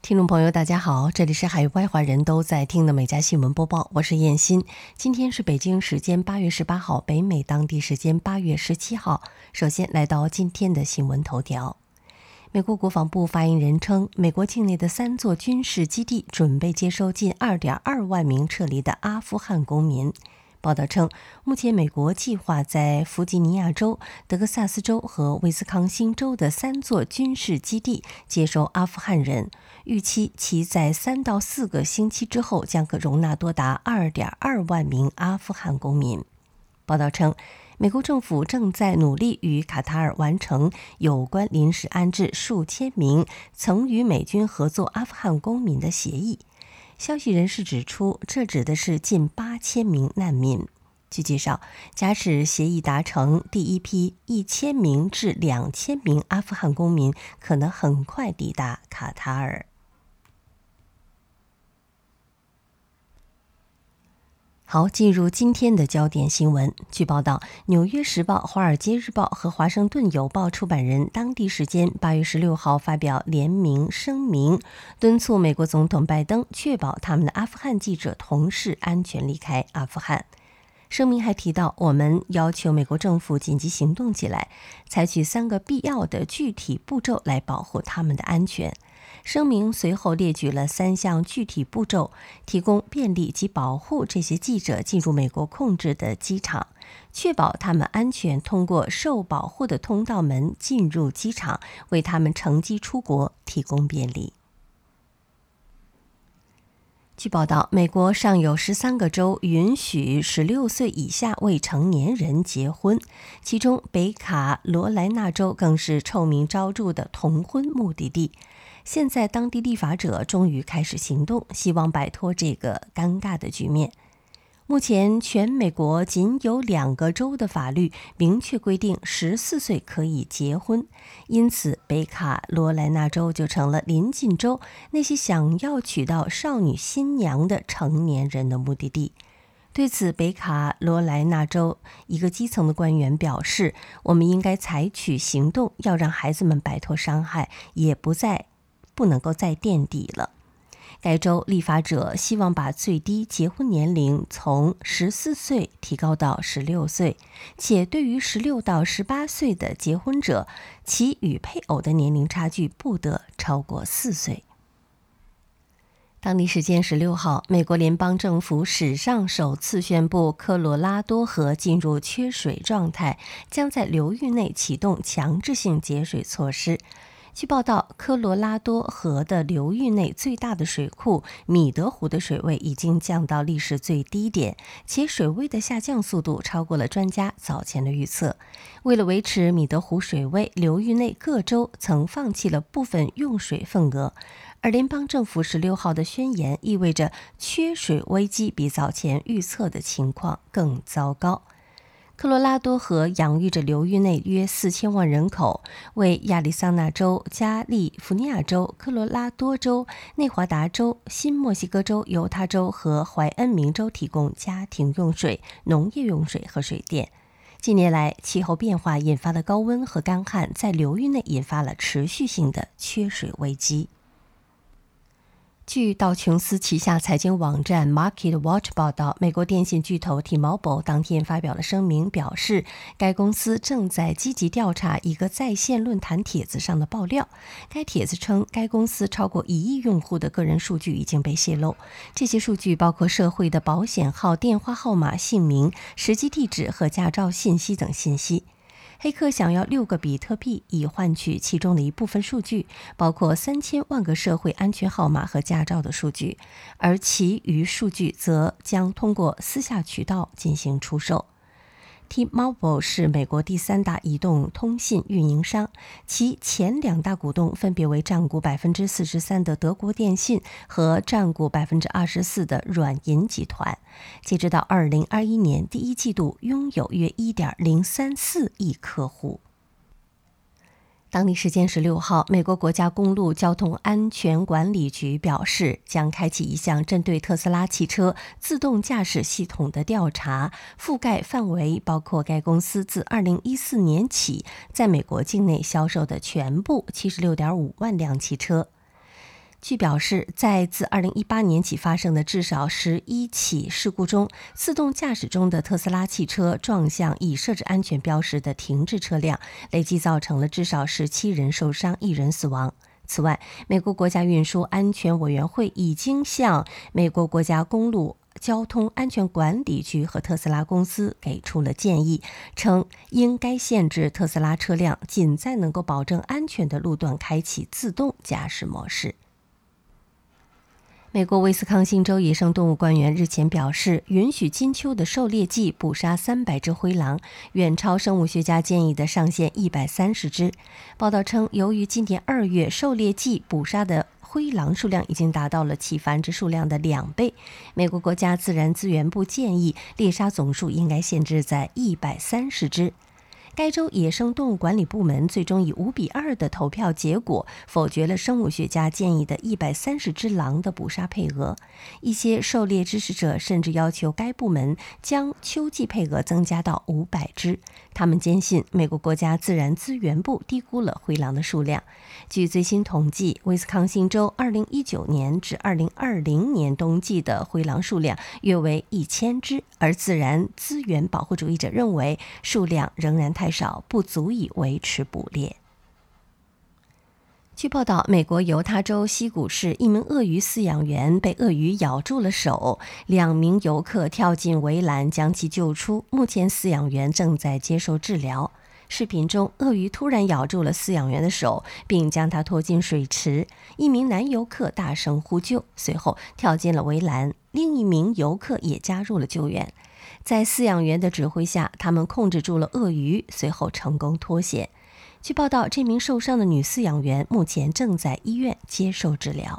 听众朋友大家好，这里是海外华人都在听的每家新闻播报，我是燕欣。今天是北京时间8月18号，北美当地时间8月17号。首先来到今天的新闻头条。美国国防部发言人称，美国境内的3座军事基地准备接收近 2.2 万名撤离的阿富汗公民。报道称，目前美国计划在弗吉尼亚州、德克萨斯州和威斯康星州的3座军事基地接收阿富汗人，预期其在3到4个星期之后将可容纳多达 2.2 万名阿富汗公民。报道称，美国政府正在努力与卡塔尔完成有关临时安置数千名曾与美军合作阿富汗公民的协议。消息人士指出，这指的是近8000名难民。据介绍，假使协议达成，第一批1000名至2000名阿富汗公民可能很快抵达卡塔尔。好，进入今天的焦点新闻。据报道，《纽约时报》、《华尔街日报》和《华盛顿邮报》出版人当地时间8月16号发表联名声明，敦促美国总统拜登确保他们的阿富汗记者同事安全离开阿富汗。声明还提到，我们要求美国政府紧急行动起来，采取3个必要的具体步骤来保护他们的安全。声明随后列举了3项具体步骤，提供便利及保护这些记者进入美国控制的机场，确保他们安全通过受保护的通道门进入机场，为他们乘机出国提供便利。据报道，美国尚有13个州允许16岁以下未成年人结婚，其中北卡罗来纳州更是臭名昭著的同婚目的地。现在当地立法者终于开始行动，希望摆脱这个尴尬的局面。目前全美国仅有2个州的法律明确规定14岁可以结婚，因此北卡罗来纳州就成了邻近州那些想要娶到少女新娘的成年人的目的地。对此，北卡罗来纳州一个基层的官员表示，我们应该采取行动，要让孩子们摆脱伤害，也不能够再垫底了。该州立法者希望把最低结婚年龄从14岁提高到16岁，且对于16到18岁的结婚者，其与配偶的年龄差距不得超过4岁。当地时间16号，美国联邦政府史上首次宣布科罗拉多河进入缺水状态，将在流域内启动强制性节水措施。据报道，科罗拉多河的流域内最大的水库米德湖的水位已经降到历史最低点，且水位的下降速度超过了专家早前的预测。为了维持米德湖水位，流域内各州曾放弃了部分用水份额，而联邦政府16号的宣言意味着缺水危机比早前预测的情况更糟糕。科罗拉多河养育着流域内约4000万人口，为亚利桑那州、加利福尼亚州、科罗拉多州、内华达州、新墨西哥州、犹他州和怀恩明州提供家庭用水、农业用水和水电。近年来，气候变化引发的高温和干旱在流域内引发了持续性的缺水危机。据道琼斯旗下财经网站 MarketWatch 报道，美国电信巨头 T-Mobile 当天发表了声明，表示该公司正在积极调查一个在线论坛帖子上的爆料。该帖子称，该公司超过1亿用户的个人数据已经被泄露，这些数据包括社会的保险号、电话号码、姓名、实际地址和驾照信息等信息。黑客想要6个比特币以换取其中的一部分数据，包括3000万个社会安全号码和驾照的数据，而其余数据则将通过私下渠道进行出售。T-Mobile 是美国第3大移动通信运营商，其前2大股东分别为占股 43% 的德国电信和占股 24% 的软银集团。截止到2021年第一季度，拥有约 1.034 亿客户。当地时间16号，美国国家公路交通安全管理局表示，将开启一项针对特斯拉汽车自动驾驶系统的调查，覆盖范围包括该公司自2014年起在美国境内销售的全部 76.5 万辆汽车。 据表示，在自2018年起发生的至少11起事故中，自动驾驶中的特斯拉汽车撞向已设置安全标识的停滞车辆，累计造成了至少17人受伤，1人死亡。此外，美国国家运输安全委员会已经向美国国家公路交通安全管理局和特斯拉公司给出了建议，称应该限制特斯拉车辆仅在能够保证安全的路段开启自动驾驶模式。美国威斯康星州野生动物官员日前表示，允许金秋的狩猎季捕杀300只灰狼，远超生物学家建议的上限130只。报道称，由于今年2月狩猎季捕杀的灰狼数量已经达到了其繁殖数量的2倍，美国国家自然资源部建议猎杀总数应该限制在130只。该州野生动物管理部门最终以5-2的投票结果否决了生物学家建议的130只狼的捕杀配额。一些狩猎支持者甚至要求该部门将秋季配额增加到500只。他们坚信美国国家自然资源部低估了灰狼的数量。据最新统计，威斯康星州2019年至2020年冬季的灰狼数量约为1000只，而自然资源保护主义者认为数量仍然太少，不足以维持捕猎。据报道，美国犹他州西谷市一名鳄鱼饲养员被鳄鱼咬住了手，2名游客跳进围栏将其救出，目前饲养员正在接受治疗。视频中，鳄鱼突然咬住了饲养员的手，并将他拖进水池。一名男游客大声呼救，随后跳进了围栏，另一名游客也加入了救援。在饲养员的指挥下，他们控制住了鳄鱼，随后成功脱险。据报道，这名受伤的女饲养员目前正在医院接受治疗。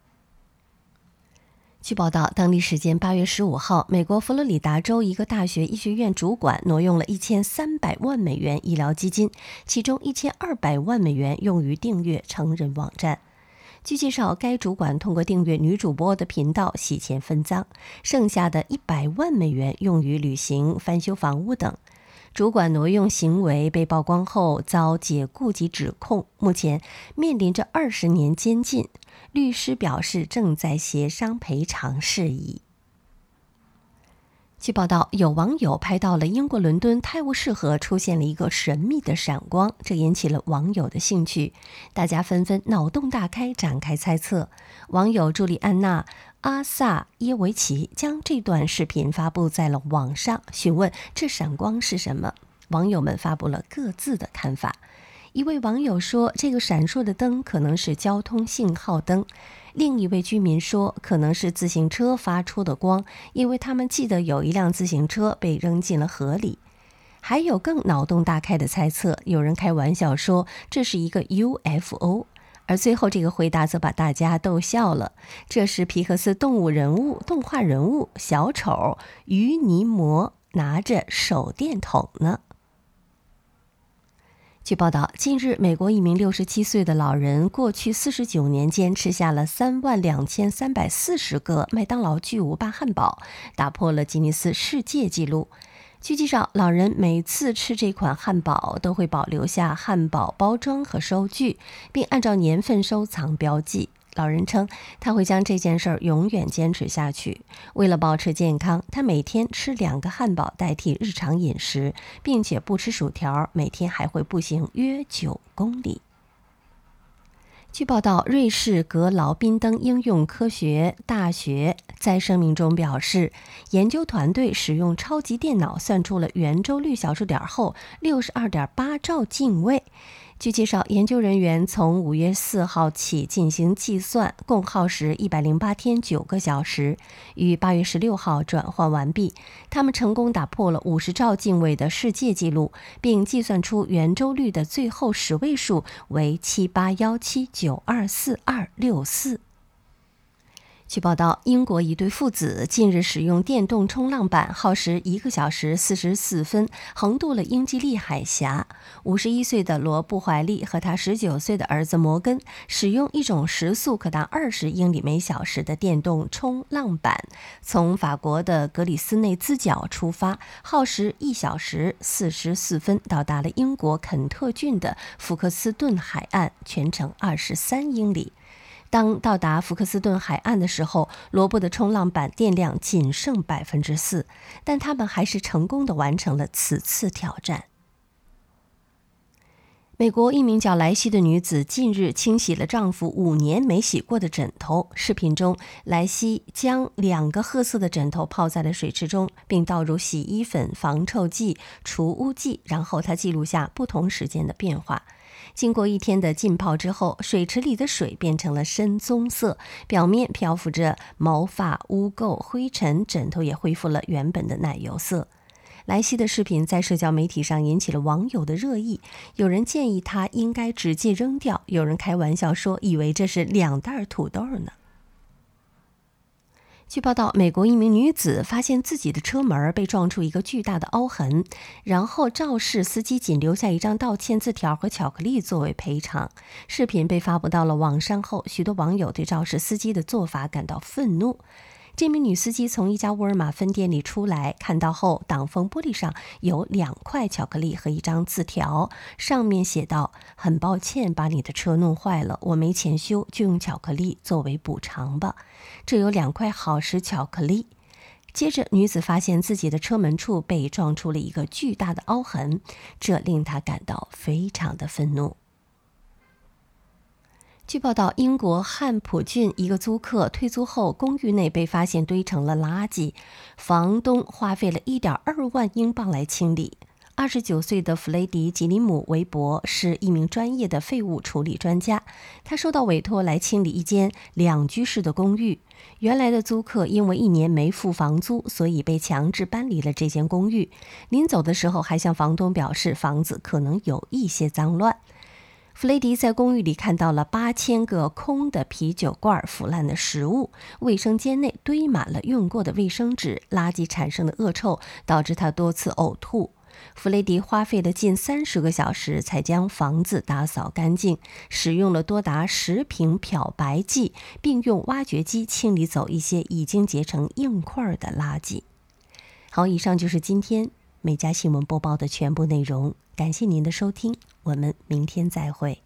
据报道，当地时间8月15号，美国佛罗里达州一个大学医学院主管挪用了1300万美元医疗基金，其中1200万美元用于订阅成人网站。据介绍，该主管通过订阅女主播的频道洗钱分赃，剩下的100万美元用于旅行、翻修房屋等。主管挪用行为被曝光后遭解雇及指控，目前面临着20年监禁。律师表示正在协商赔偿事宜。据报道，有网友拍到了英国伦敦泰晤士河出现了一个神秘的闪光，这引起了网友的兴趣，大家纷纷脑洞大开，展开猜测。网友朱莉安娜·阿萨耶维奇将这段视频发布在了网上，询问这闪光是什么。网友们发布了各自的看法。一位网友说，这个闪烁的灯可能是交通信号灯。另一位居民说，可能是自行车发出的光，因为他们记得有一辆自行车被扔进了河里。还有更脑洞大开的猜测，有人开玩笑说这是一个 UFO， 而最后这个回答则把大家逗笑了。这是皮克斯动画人物小丑于尼摩拿着手电筒呢。据报道，近日美国一名67岁的老人过去49年间吃下了32340个麦当劳巨无霸汉堡，打破了吉尼斯世界纪录。据介绍，老人每次吃这款汉堡都会保留下汉堡包装和收据，并按照年份收藏标记。老人称，他会将这件事儿永远坚持下去。为了保持健康，他每天吃2个汉堡代替日常饮食，并且不吃薯条，每天还会步行约9公里。据报道，瑞士格劳宾登应用科学大学在声明中表示，研究团队使用超级电脑算出了圆周率小数点后 62.8 兆进位。据介绍，研究人员从5月4号起进行计算，共耗时108天9个小时，于8月16号转换完毕。他们成功打破了50兆进位的世界纪录，并计算出圆周率的最后10位数为7817924264。据报道，英国一对父子近日使用电动冲浪板，耗时1个小时44分，横渡了英吉利海峡。51岁的罗布怀利和他19岁的儿子摩根使用一种时速可达20英里每小时的电动冲浪板，从法国的格里斯内兹角出发，耗时1小时44分，到达了英国肯特郡的福克斯顿海岸，全程23英里。 当到达福克斯顿海岸的时候，罗布的冲浪板电量仅剩4%，但他们还是成功地完成了此次挑战。美国一名叫莱西的女子近日清洗了丈夫5年没洗过的枕头。视频中，莱西将2个褐色的枕头泡在了水池中，并倒入洗衣粉、防臭剂、除污剂，然后她记录下不同时间的变化。经过1天的浸泡之后，水池里的水变成了深棕色，表面漂浮着毛发、污垢、灰尘，枕头也恢复了原本的奶油色。莱西的视频在社交媒体上引起了网友的热议，有人建议他应该直接扔掉，有人开玩笑说以为这是2袋土豆呢。据报道，美国一名女子发现自己的车门被撞出一个巨大的凹痕，然后肇事司机仅留下一张道歉字条和巧克力作为赔偿。视频被发布到了网上后，许多网友对肇事司机的做法感到愤怒。这名女司机从一家沃尔玛分店里出来，看到后，挡风玻璃上有2块巧克力和一张字条，上面写道：“很抱歉把你的车弄坏了，我没钱修，就用巧克力作为补偿吧。”这有2块好时巧克力。接着，女子发现自己的车门处被撞出了一个巨大的凹痕，这令她感到非常的愤怒。据报道，英国汉普郡一个租客退租后，公寓内被发现堆成了垃圾，房东花费了1.2万英镑来清理。29岁的弗雷迪·吉里姆·韦伯是一名专业的废物处理专家，他受到委托来清理一间2居室的公寓。原来的租客因为1年没付房租，所以被强制搬离了这间公寓。临走的时候还向房东表示房子可能有一些脏乱。弗雷迪在公寓里看到了8000个空的啤酒罐、腐烂的食物，卫生间内堆满了用过的卫生纸，垃圾产生的恶臭导致他多次呕吐。弗雷迪花费了近30个小时才将房子打扫干净，使用了多达10瓶漂白剂，并用挖掘机清理走一些已经结成硬块的垃圾。好，以上就是今天美家新闻播报的全部内容，感谢您的收听，我们明天再会。